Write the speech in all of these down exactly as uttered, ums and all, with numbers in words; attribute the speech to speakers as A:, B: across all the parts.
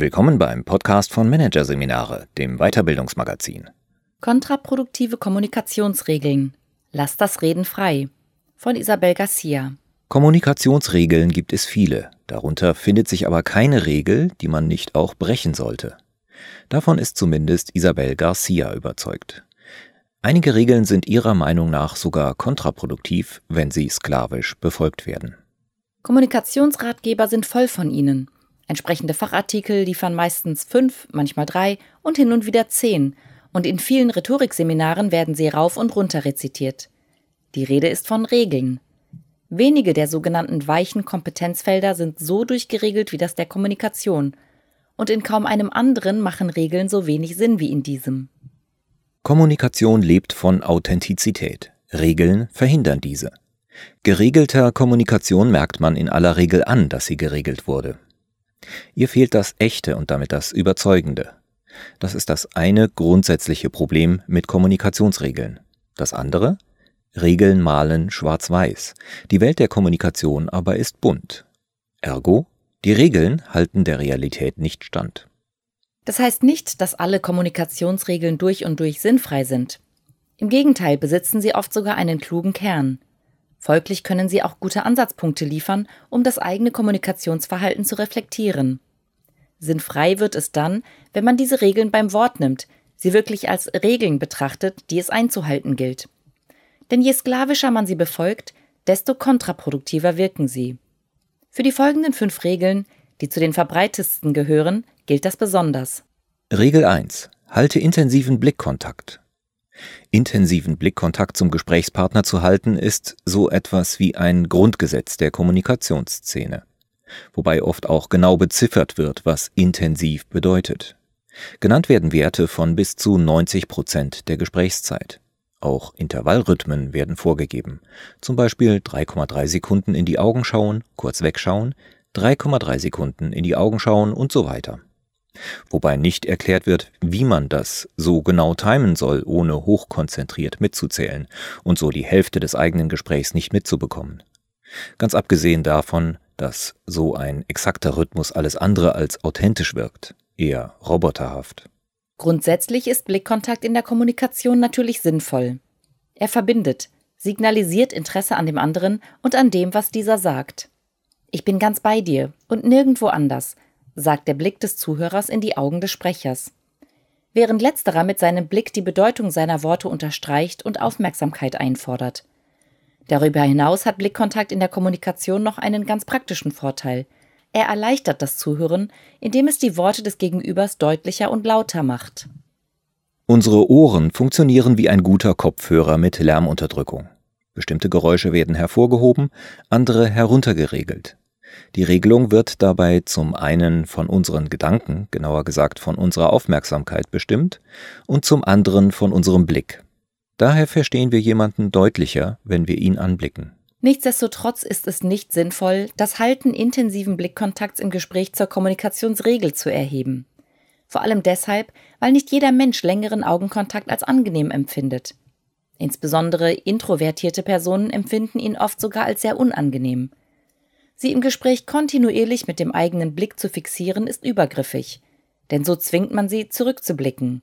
A: Willkommen beim Podcast von Managerseminare, dem Weiterbildungsmagazin.
B: Kontraproduktive Kommunikationsregeln. Lass das Reden frei. Von Isabel Garcia.
A: Kommunikationsregeln gibt es viele, darunter findet sich aber keine Regel, die man nicht auch brechen sollte. Davon ist zumindest Isabel Garcia überzeugt. Einige Regeln sind ihrer Meinung nach sogar kontraproduktiv, wenn sie sklavisch befolgt werden.
B: Kommunikationsratgeber sind voll von ihnen. Entsprechende Fachartikel liefern meistens fünf, manchmal drei und hin und wieder zehn. Und in vielen Rhetorikseminaren werden sie rauf und runter rezitiert. Die Rede ist von Regeln. Wenige der sogenannten weichen Kompetenzfelder sind so durchgeregelt wie das der Kommunikation. Und in kaum einem anderen machen Regeln so wenig Sinn wie in diesem.
A: Kommunikation lebt von Authentizität. Regeln verhindern diese. Geregelter Kommunikation merkt man in aller Regel an, dass sie geregelt wurde. Ihr fehlt das Echte und damit das Überzeugende. Das ist das eine grundsätzliche Problem mit Kommunikationsregeln. Das andere? Regeln malen schwarz-weiß. Die Welt der Kommunikation aber ist bunt. Ergo, die Regeln halten der Realität nicht stand.
B: Das heißt nicht, dass alle Kommunikationsregeln durch und durch sinnfrei sind. Im Gegenteil besitzen sie oft sogar einen klugen Kern. Folglich können sie auch gute Ansatzpunkte liefern, um das eigene Kommunikationsverhalten zu reflektieren. Sinnfrei wird es dann, wenn man diese Regeln beim Wort nimmt, sie wirklich als Regeln betrachtet, die es einzuhalten gilt. Denn je sklavischer man sie befolgt, desto kontraproduktiver wirken sie. Für die folgenden fünf Regeln, die zu den verbreitetsten gehören, gilt das besonders.
A: Regel eins. Halte intensiven Blickkontakt. Intensiven Blickkontakt zum Gesprächspartner zu halten, ist so etwas wie ein Grundgesetz der Kommunikationsszene. Wobei oft auch genau beziffert wird, was intensiv bedeutet. Genannt werden Werte von bis zu neunzig Prozent der Gesprächszeit. Auch Intervallrhythmen werden vorgegeben. Zum Beispiel drei Komma drei Sekunden in die Augen schauen, kurz wegschauen, drei Komma drei Sekunden in die Augen schauen und so weiter. Wobei nicht erklärt wird, wie man das so genau timen soll, ohne hochkonzentriert mitzuzählen und so die Hälfte des eigenen Gesprächs nicht mitzubekommen. Ganz abgesehen davon, dass so ein exakter Rhythmus alles andere als authentisch wirkt, eher roboterhaft.
B: Grundsätzlich ist Blickkontakt in der Kommunikation natürlich sinnvoll. Er verbindet, signalisiert Interesse an dem anderen und an dem, was dieser sagt. Ich bin ganz bei dir und nirgendwo anders, sagt der Blick des Zuhörers in die Augen des Sprechers. Während letzterer mit seinem Blick die Bedeutung seiner Worte unterstreicht und Aufmerksamkeit einfordert. Darüber hinaus hat Blickkontakt in der Kommunikation noch einen ganz praktischen Vorteil. Er erleichtert das Zuhören, indem es die Worte des Gegenübers deutlicher und lauter macht.
A: Unsere Ohren funktionieren wie ein guter Kopfhörer mit Lärmunterdrückung. Bestimmte Geräusche werden hervorgehoben, andere heruntergeregelt. Die Regelung wird dabei zum einen von unseren Gedanken, genauer gesagt von unserer Aufmerksamkeit bestimmt, und zum anderen von unserem Blick. Daher verstehen wir jemanden deutlicher, wenn wir ihn anblicken.
B: Nichtsdestotrotz ist es nicht sinnvoll, das Halten intensiven Blickkontakts im Gespräch zur Kommunikationsregel zu erheben. Vor allem deshalb, weil nicht jeder Mensch längeren Augenkontakt als angenehm empfindet. Insbesondere introvertierte Personen empfinden ihn oft sogar als sehr unangenehm. Sie im Gespräch kontinuierlich mit dem eigenen Blick zu fixieren, ist übergriffig, denn so zwingt man sie, zurückzublicken.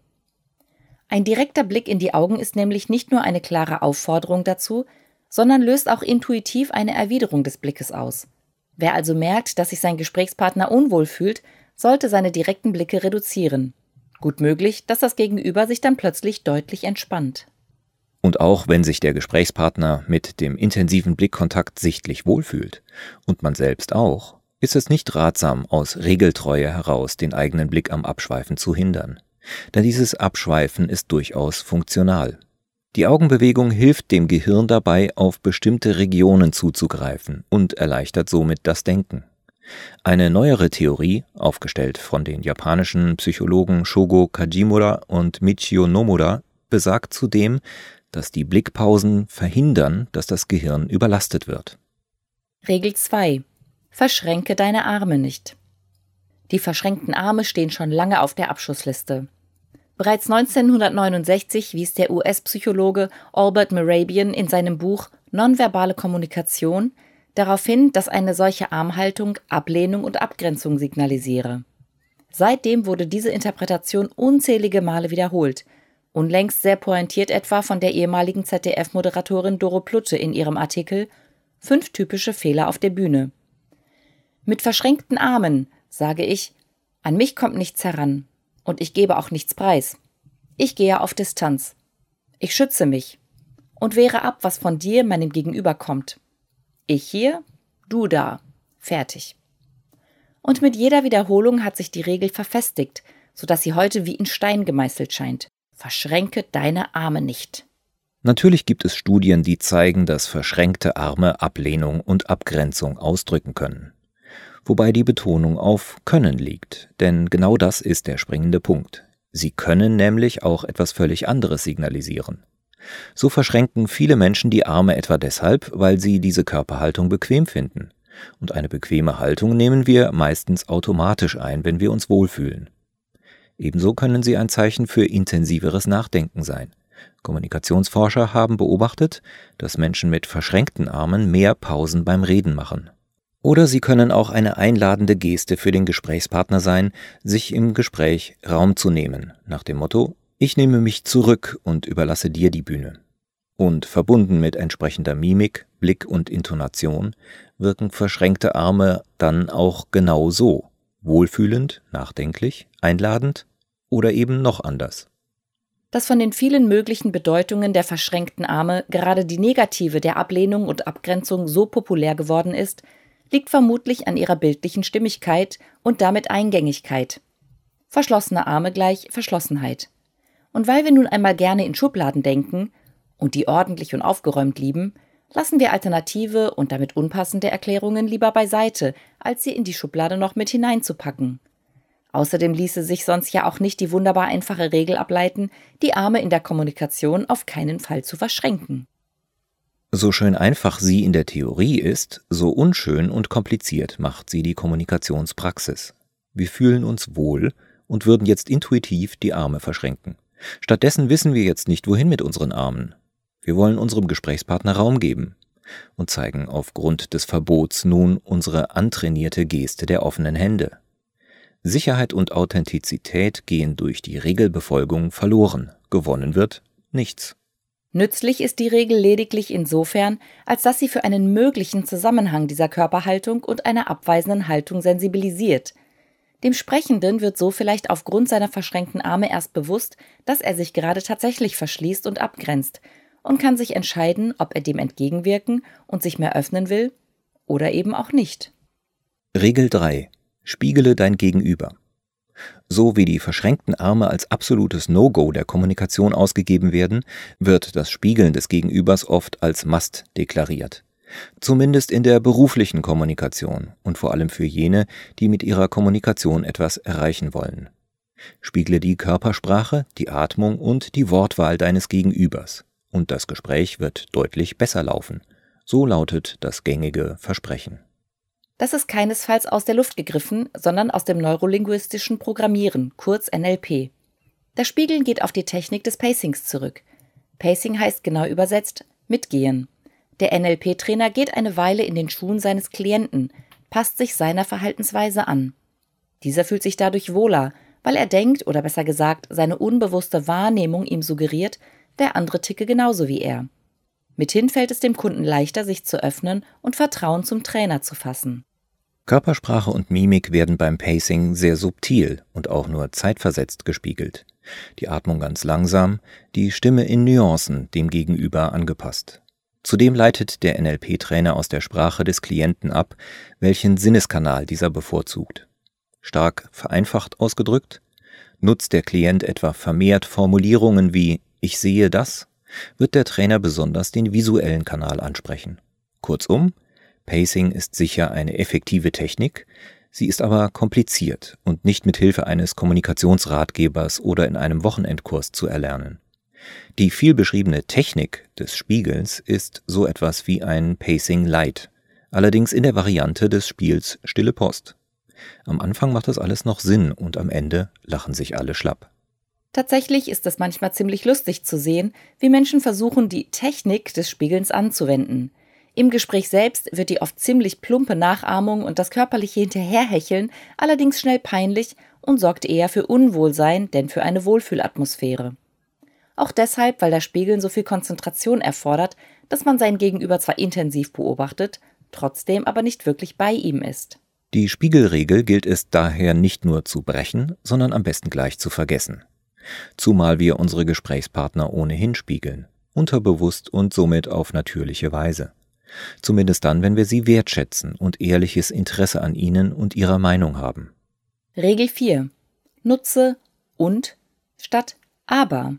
B: Ein direkter Blick in die Augen ist nämlich nicht nur eine klare Aufforderung dazu, sondern löst auch intuitiv eine Erwiderung des Blickes aus. Wer also merkt, dass sich sein Gesprächspartner unwohl fühlt, sollte seine direkten Blicke reduzieren. Gut möglich, dass das Gegenüber sich dann plötzlich deutlich entspannt.
A: Und auch wenn sich der Gesprächspartner mit dem intensiven Blickkontakt sichtlich wohlfühlt und man selbst auch, ist es nicht ratsam, aus Regeltreue heraus den eigenen Blick am Abschweifen zu hindern. Denn dieses Abschweifen ist durchaus funktional. Die Augenbewegung hilft dem Gehirn dabei, auf bestimmte Regionen zuzugreifen und erleichtert somit das Denken. Eine neuere Theorie, aufgestellt von den japanischen Psychologen Shogo Kajimura und Michio Nomura, besagt zudem, dass die Blickpausen verhindern, dass das Gehirn überlastet wird.
B: Regel zwei. Verschränke deine Arme nicht. Die verschränkten Arme stehen schon lange auf der Abschussliste. Bereits neunzehnhundertneunundsechzig wies der U S-Psychologe Albert Mehrabian in seinem Buch Nonverbale Kommunikation darauf hin, dass eine solche Armhaltung Ablehnung und Abgrenzung signalisiere. Seitdem wurde diese Interpretation unzählige Male wiederholt. Unlängst sehr pointiert etwa von der ehemaligen Z D F-Moderatorin Doro Plutte in ihrem Artikel »Fünf typische Fehler auf der Bühne«. Mit verschränkten Armen sage ich, an mich kommt nichts heran und ich gebe auch nichts preis. Ich gehe auf Distanz. Ich schütze mich und wehre ab, was von dir, meinem Gegenüber, kommt. Ich hier, du da. Fertig. Und mit jeder Wiederholung hat sich die Regel verfestigt, sodass sie heute wie in Stein gemeißelt scheint. Verschränke deine Arme nicht.
A: Natürlich gibt es Studien, die zeigen, dass verschränkte Arme Ablehnung und Abgrenzung ausdrücken können. Wobei die Betonung auf können liegt, denn genau das ist der springende Punkt. Sie können nämlich auch etwas völlig anderes signalisieren. So verschränken viele Menschen die Arme etwa deshalb, weil sie diese Körperhaltung bequem finden. Und eine bequeme Haltung nehmen wir meistens automatisch ein, wenn wir uns wohlfühlen. Ebenso können sie ein Zeichen für intensiveres Nachdenken sein. Kommunikationsforscher haben beobachtet, dass Menschen mit verschränkten Armen mehr Pausen beim Reden machen. Oder sie können auch eine einladende Geste für den Gesprächspartner sein, sich im Gespräch Raum zu nehmen, nach dem Motto: Ich nehme mich zurück und überlasse dir die Bühne. Und verbunden mit entsprechender Mimik, Blick und Intonation wirken verschränkte Arme dann auch genau so: wohlfühlend, nachdenklich, einladend oder eben noch anders.
B: Dass von den vielen möglichen Bedeutungen der verschränkten Arme gerade die negative der Ablehnung und Abgrenzung so populär geworden ist, liegt vermutlich an ihrer bildlichen Stimmigkeit und damit Eingängigkeit. Verschlossene Arme gleich Verschlossenheit. Und weil wir nun einmal gerne in Schubladen denken und die ordentlich und aufgeräumt lieben, lassen wir alternative und damit unpassende Erklärungen lieber beiseite, als sie in die Schublade noch mit hineinzupacken. Außerdem ließe sich sonst ja auch nicht die wunderbar einfache Regel ableiten, die Arme in der Kommunikation auf keinen Fall zu verschränken.
A: So schön einfach sie in der Theorie ist, so unschön und kompliziert macht sie die Kommunikationspraxis. Wir fühlen uns wohl und würden jetzt intuitiv die Arme verschränken. Stattdessen wissen wir jetzt nicht, wohin mit unseren Armen. Wir wollen unserem Gesprächspartner Raum geben und zeigen aufgrund des Verbots nun unsere antrainierte Geste der offenen Hände. Sicherheit und Authentizität gehen durch die Regelbefolgung verloren. Gewonnen wird nichts.
B: Nützlich ist die Regel lediglich insofern, als dass sie für einen möglichen Zusammenhang dieser Körperhaltung und einer abweisenden Haltung sensibilisiert. Dem Sprechenden wird so vielleicht aufgrund seiner verschränkten Arme erst bewusst, dass er sich gerade tatsächlich verschließt und abgrenzt und kann sich entscheiden, ob er dem entgegenwirken und sich mehr öffnen will oder eben auch nicht.
A: Regel drei. Spiegele dein Gegenüber. So wie die verschränkten Arme als absolutes No-Go der Kommunikation ausgegeben werden, wird das Spiegeln des Gegenübers oft als Must deklariert. Zumindest in der beruflichen Kommunikation und vor allem für jene, die mit ihrer Kommunikation etwas erreichen wollen. Spiegle die Körpersprache, die Atmung und die Wortwahl deines Gegenübers und das Gespräch wird deutlich besser laufen. So lautet das gängige Versprechen.
B: Das ist keinesfalls aus der Luft gegriffen, sondern aus dem neurolinguistischen Programmieren, kurz N L P. Das Spiegeln geht auf die Technik des Pacings zurück. Pacing heißt genau übersetzt mitgehen. Der N L P-Trainer geht eine Weile in den Schuhen seines Klienten, passt sich seiner Verhaltensweise an. Dieser fühlt sich dadurch wohler, weil er denkt, oder besser gesagt, seine unbewusste Wahrnehmung ihm suggeriert, der andere ticke genauso wie er. Mithin fällt es dem Kunden leichter, sich zu öffnen und Vertrauen zum Trainer zu fassen.
A: Körpersprache und Mimik werden beim Pacing sehr subtil und auch nur zeitversetzt gespiegelt. Die Atmung ganz langsam, die Stimme in Nuancen dem Gegenüber angepasst. Zudem leitet der N L P-Trainer aus der Sprache des Klienten ab, welchen Sinneskanal dieser bevorzugt. Stark vereinfacht ausgedrückt: Nutzt der Klient etwa vermehrt Formulierungen wie »Ich sehe das«, wird der Trainer besonders den visuellen Kanal ansprechen. Kurzum, Pacing ist sicher eine effektive Technik, sie ist aber kompliziert und nicht mit Hilfe eines Kommunikationsratgebers oder in einem Wochenendkurs zu erlernen. Die vielbeschriebene Technik des Spiegelns ist so etwas wie ein Pacing Light, allerdings in der Variante des Spiels Stille Post. Am Anfang macht das alles noch Sinn und am Ende lachen sich alle schlapp.
B: Tatsächlich ist es manchmal ziemlich lustig zu sehen, wie Menschen versuchen, die Technik des Spiegelns anzuwenden. Im Gespräch selbst wird die oft ziemlich plumpe Nachahmung und das körperliche Hinterherhecheln allerdings schnell peinlich und sorgt eher für Unwohlsein, denn für eine Wohlfühlatmosphäre. Auch deshalb, weil das Spiegeln so viel Konzentration erfordert, dass man sein Gegenüber zwar intensiv beobachtet, trotzdem aber nicht wirklich bei ihm ist.
A: Die Spiegelregel gilt es daher nicht nur zu brechen, sondern am besten gleich zu vergessen. Zumal wir unsere Gesprächspartner ohnehin spiegeln, unterbewusst und somit auf natürliche Weise. Zumindest dann, wenn wir sie wertschätzen und ehrliches Interesse an ihnen und ihrer Meinung haben.
B: Regel vier. Nutze und statt aber.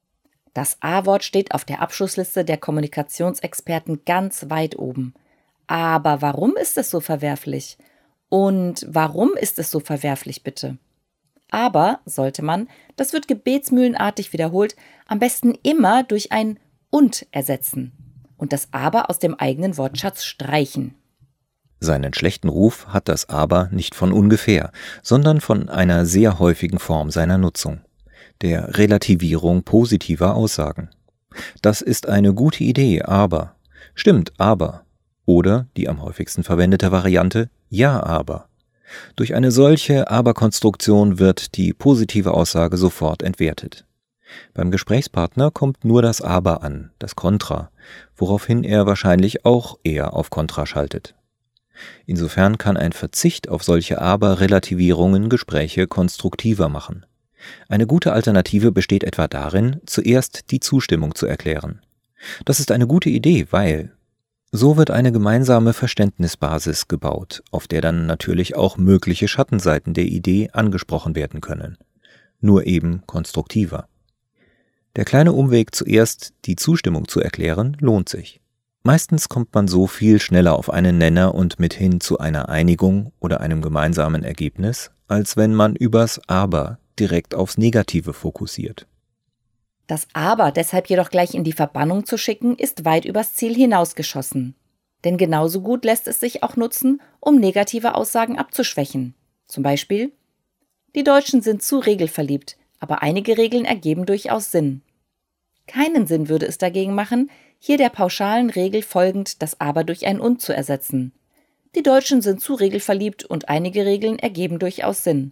B: Das A-Wort steht auf der Abschlussliste der Kommunikationsexperten ganz weit oben. Aber warum ist es so verwerflich? Und warum ist es so verwerflich, bitte? Aber sollte man, das wird gebetsmühlenartig wiederholt, am besten immer durch ein und ersetzen und das aber aus dem eigenen Wortschatz streichen.
A: Seinen schlechten Ruf hat das Aber nicht von ungefähr, sondern von einer sehr häufigen Form seiner Nutzung, der Relativierung positiver Aussagen. Das ist eine gute Idee, aber, stimmt, aber, oder die am häufigsten verwendete Variante, ja, aber. Durch eine solche Aber-Konstruktion wird die positive Aussage sofort entwertet. Beim Gesprächspartner kommt nur das Aber an, das Kontra, woraufhin er wahrscheinlich auch eher auf Kontra schaltet. Insofern kann ein Verzicht auf solche Aber-Relativierungen Gespräche konstruktiver machen. Eine gute Alternative besteht etwa darin, zuerst die Zustimmung zu erklären. Das ist eine gute Idee, weil so wird eine gemeinsame Verständnisbasis gebaut, auf der dann natürlich auch mögliche Schattenseiten der Idee angesprochen werden können. Nur eben konstruktiver. Der kleine Umweg, zuerst die Zustimmung zu erklären, lohnt sich. Meistens kommt man so viel schneller auf einen Nenner und mithin zu einer Einigung oder einem gemeinsamen Ergebnis, als wenn man übers Aber direkt aufs Negative fokussiert.
B: Das Aber deshalb jedoch gleich in die Verbannung zu schicken, ist weit übers Ziel hinausgeschossen. Denn genauso gut lässt es sich auch nutzen, um negative Aussagen abzuschwächen. Zum Beispiel: Die Deutschen sind zu regelverliebt, aber einige Regeln ergeben durchaus Sinn. Keinen Sinn würde es dagegen machen, hier der pauschalen Regel folgend das Aber durch ein Und zu ersetzen. Die Deutschen sind zu regelverliebt und einige Regeln ergeben durchaus Sinn.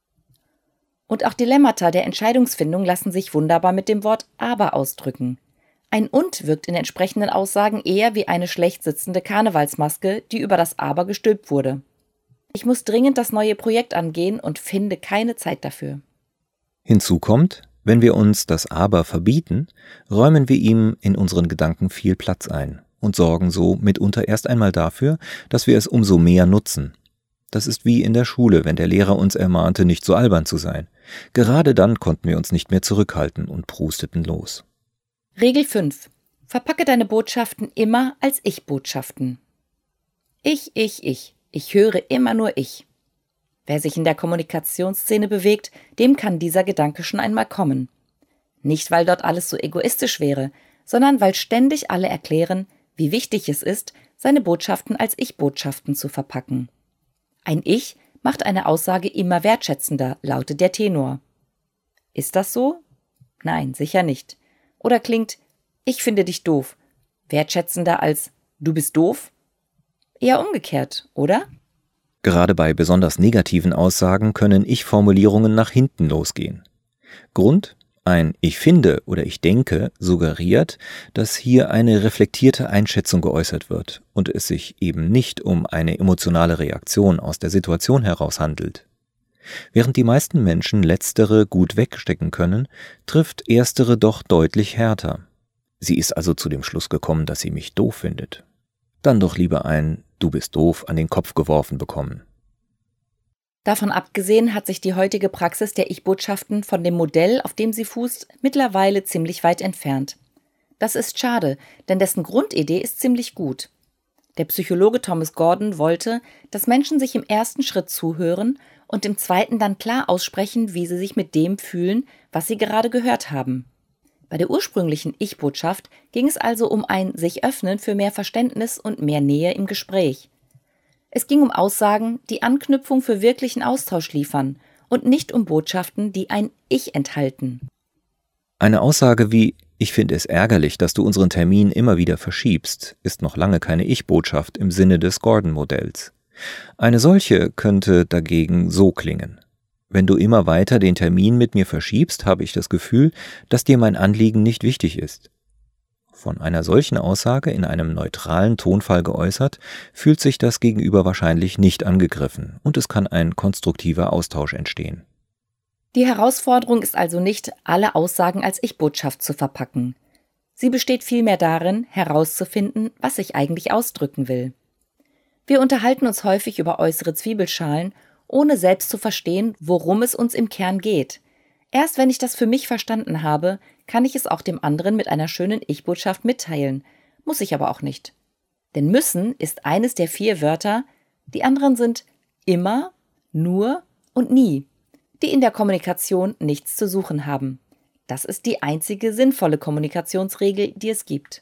B: Und auch Dilemmata der Entscheidungsfindung lassen sich wunderbar mit dem Wort aber ausdrücken. Ein Und wirkt in entsprechenden Aussagen eher wie eine schlecht sitzende Karnevalsmaske, die über das Aber gestülpt wurde. Ich muss dringend das neue Projekt angehen und finde keine Zeit dafür.
A: Hinzu kommt, wenn wir uns das Aber verbieten, räumen wir ihm in unseren Gedanken viel Platz ein und sorgen so mitunter erst einmal dafür, dass wir es umso mehr nutzen. Das ist wie in der Schule, wenn der Lehrer uns ermahnte, nicht so albern zu sein. Gerade dann konnten wir uns nicht mehr zurückhalten und prusteten los.
B: Regel fünf. Verpacke deine Botschaften immer als Ich-Botschaften. Ich, ich, ich. Ich höre immer nur ich. Wer sich in der Kommunikationsszene bewegt, dem kann dieser Gedanke schon einmal kommen. Nicht, weil dort alles so egoistisch wäre, sondern weil ständig alle erklären, wie wichtig es ist, seine Botschaften als Ich-Botschaften zu verpacken. Ein Ich macht eine Aussage immer wertschätzender, lautet der Tenor. Ist das so? Nein, sicher nicht. Oder klingt, ich finde dich doof, wertschätzender als du bist doof? Eher umgekehrt, oder?
A: Gerade bei besonders negativen Aussagen können Ich-Formulierungen nach hinten losgehen. Grund? Ein Ich finde oder Ich denke suggeriert, dass hier eine reflektierte Einschätzung geäußert wird und es sich eben nicht um eine emotionale Reaktion aus der Situation heraus handelt. Während die meisten Menschen letztere gut wegstecken können, trifft erstere doch deutlich härter. Sie ist also zu dem Schluss gekommen, dass sie mich doof findet. Dann doch lieber ein Du bist doof an den Kopf geworfen bekommen.
B: Davon abgesehen hat sich die heutige Praxis der Ich-Botschaften von dem Modell, auf dem sie fußt, mittlerweile ziemlich weit entfernt. Das ist schade, denn dessen Grundidee ist ziemlich gut. Der Psychologe Thomas Gordon wollte, dass Menschen sich im ersten Schritt zuhören und im zweiten dann klar aussprechen, wie sie sich mit dem fühlen, was sie gerade gehört haben. Bei der ursprünglichen Ich-Botschaft ging es also um ein sich öffnen für mehr Verständnis und mehr Nähe im Gespräch. Es ging um Aussagen, die Anknüpfung für wirklichen Austausch liefern und nicht um Botschaften, die ein Ich enthalten.
A: Eine Aussage wie Ich finde es ärgerlich, dass du unseren Termin immer wieder verschiebst, ist noch lange keine Ich-Botschaft im Sinne des Gordon-Modells. Eine solche könnte dagegen so klingen. Wenn du immer weiter den Termin mit mir verschiebst, habe ich das Gefühl, dass dir mein Anliegen nicht wichtig ist. Von einer solchen Aussage in einem neutralen Tonfall geäußert, fühlt sich das Gegenüber wahrscheinlich nicht angegriffen und es kann ein konstruktiver Austausch entstehen.
B: Die Herausforderung ist also nicht, alle Aussagen als Ich-Botschaft zu verpacken. Sie besteht vielmehr darin, herauszufinden, was ich eigentlich ausdrücken will. Wir unterhalten uns häufig über äußere Zwiebelschalen, ohne selbst zu verstehen, worum es uns im Kern geht. Erst wenn ich das für mich verstanden habe, kann ich es auch dem anderen mit einer schönen Ich-Botschaft mitteilen, muss ich aber auch nicht. Denn müssen ist eines der vier Wörter, die anderen sind immer, nur und nie, die in der Kommunikation nichts zu suchen haben. Das ist die einzige sinnvolle Kommunikationsregel, die es gibt.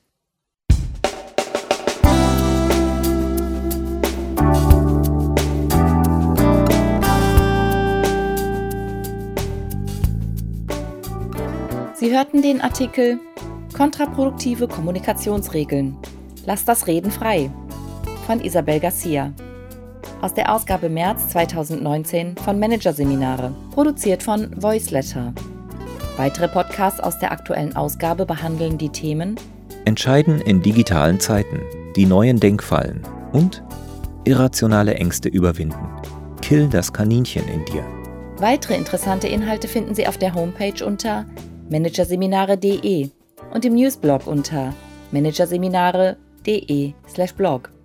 B: Sie hörten den Artikel Kontraproduktive Kommunikationsregeln. Lass das Reden frei von Isabel Garcia aus der Ausgabe März zweitausendneunzehn von Managerseminare, produziert von Voiceletter. Weitere Podcasts aus der aktuellen Ausgabe behandeln die Themen
A: Entscheiden in digitalen Zeiten, die neuen Denkfallen und irrationale Ängste überwinden. Kill das Kaninchen in dir.
B: Weitere interessante Inhalte finden Sie auf der Homepage unter managerseminare punkt de und im Newsblog unter managerseminare punkt de slash blog.